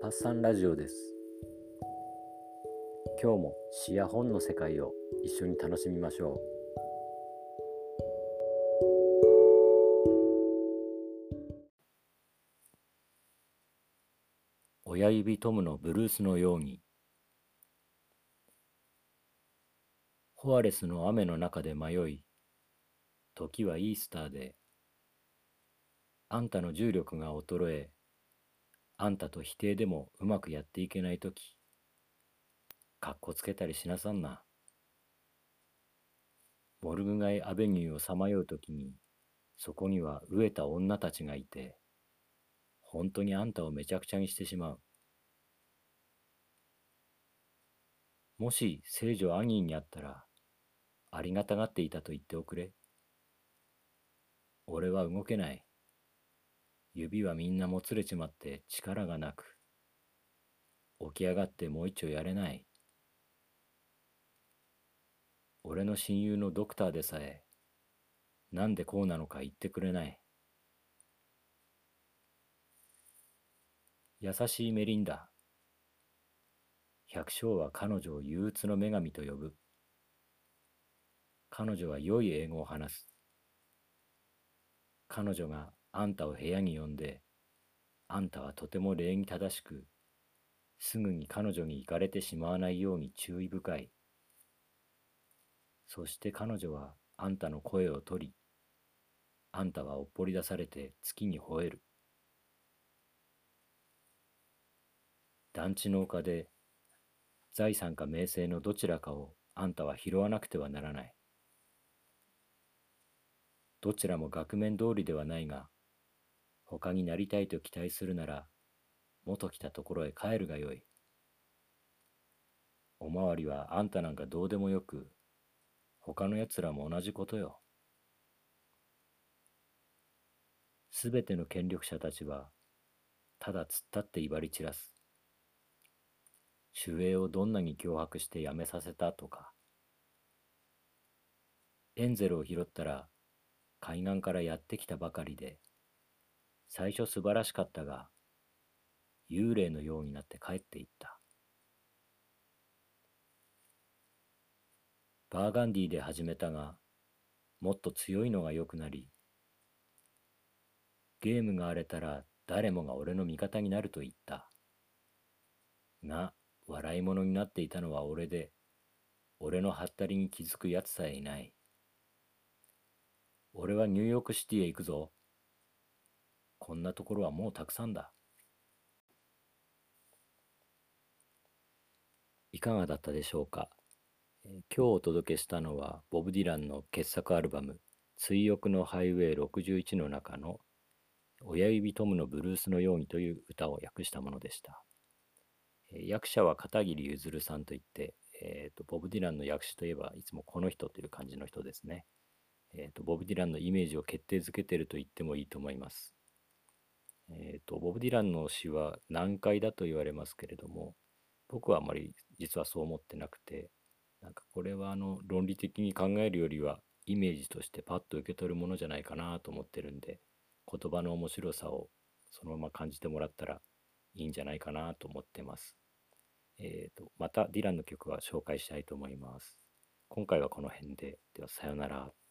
発散ラジオです。今日も詩や本の世界を一緒に楽しみましょう。親指トムのブルースのように。ホアレスの雨の中で迷い、時はイースターで、あんたの重力が衰え、あんたと否定でもうまくやっていけないとき、かっこつけたりしなさんな。モルグ街アベニューをさまようときに、そこには飢えた女たちがいて、本当にあんたをめちゃくちゃにしてしまう。もし聖女アニーに会ったら、ありがたがっていたと言っておくれ。俺は動けない。指はみんなもつれちまって力がなく、起き上がってもう一丁やれない。俺の親友のドクターでさえ、なんでこうなのか言ってくれない。優しいメリンダ。百姓は彼女を憂鬱の女神と呼ぶ。彼女は良い英語を話す。彼女があんたを部屋に呼んで、あんたはとても礼儀正しく、すぐに彼女に行かれてしまわないように注意深い。そして彼女はあんたの声を取り、あんたはおっぽり出されて月に吠える。団地の丘で財産か名声のどちらかをあんたは拾わなくてはならない。どちらも額面通りではないが、他になりたいと期待するなら、元来たところへ帰るがよい。おまわりはあんたなんかどうでもよく、他のやつらも同じことよ。すべての権力者たちは、ただ突っ立って威張り散らす。守衛をどんなに脅迫して辞めさせたとか。エンゼルを拾ったら、海岸からやってきたばかりで、最初素晴らしかったが、幽霊のようになって帰っていった。バーガンディで始めたが、もっと強いのが良くなり、ゲームが荒れたら誰もが俺の味方になると言った。が、笑い物になっていたのは俺で、俺のハったりに気づくやつさえいない。俺はニューヨークシティへ行くぞ。こんなところはもうたくさんだ。いかがだったでしょうか。今日お届けしたのはボブ・ディランの傑作アルバム追憶のハイウェイ61の中の親指トムのブルースのようにという歌を訳したものでした。訳者は片桐譲さんといって、ボブ・ディランの訳詞といえばいつもこの人という感じの人ですね。ボブ・ディランのイメージを決定づけていると言ってもいいと思います。ボブ・ディランの詩は難解だと言われますけれども、僕はあまり実はそう思ってなくて、なんかこれは論理的に考えるよりはイメージとしてパッと受け取るものじゃないかなと思ってるんで、言葉の面白さをそのまま感じてもらったらいいんじゃないかなと思ってます。またディランの曲は紹介したいと思います。今回はこの辺で、ではさようなら。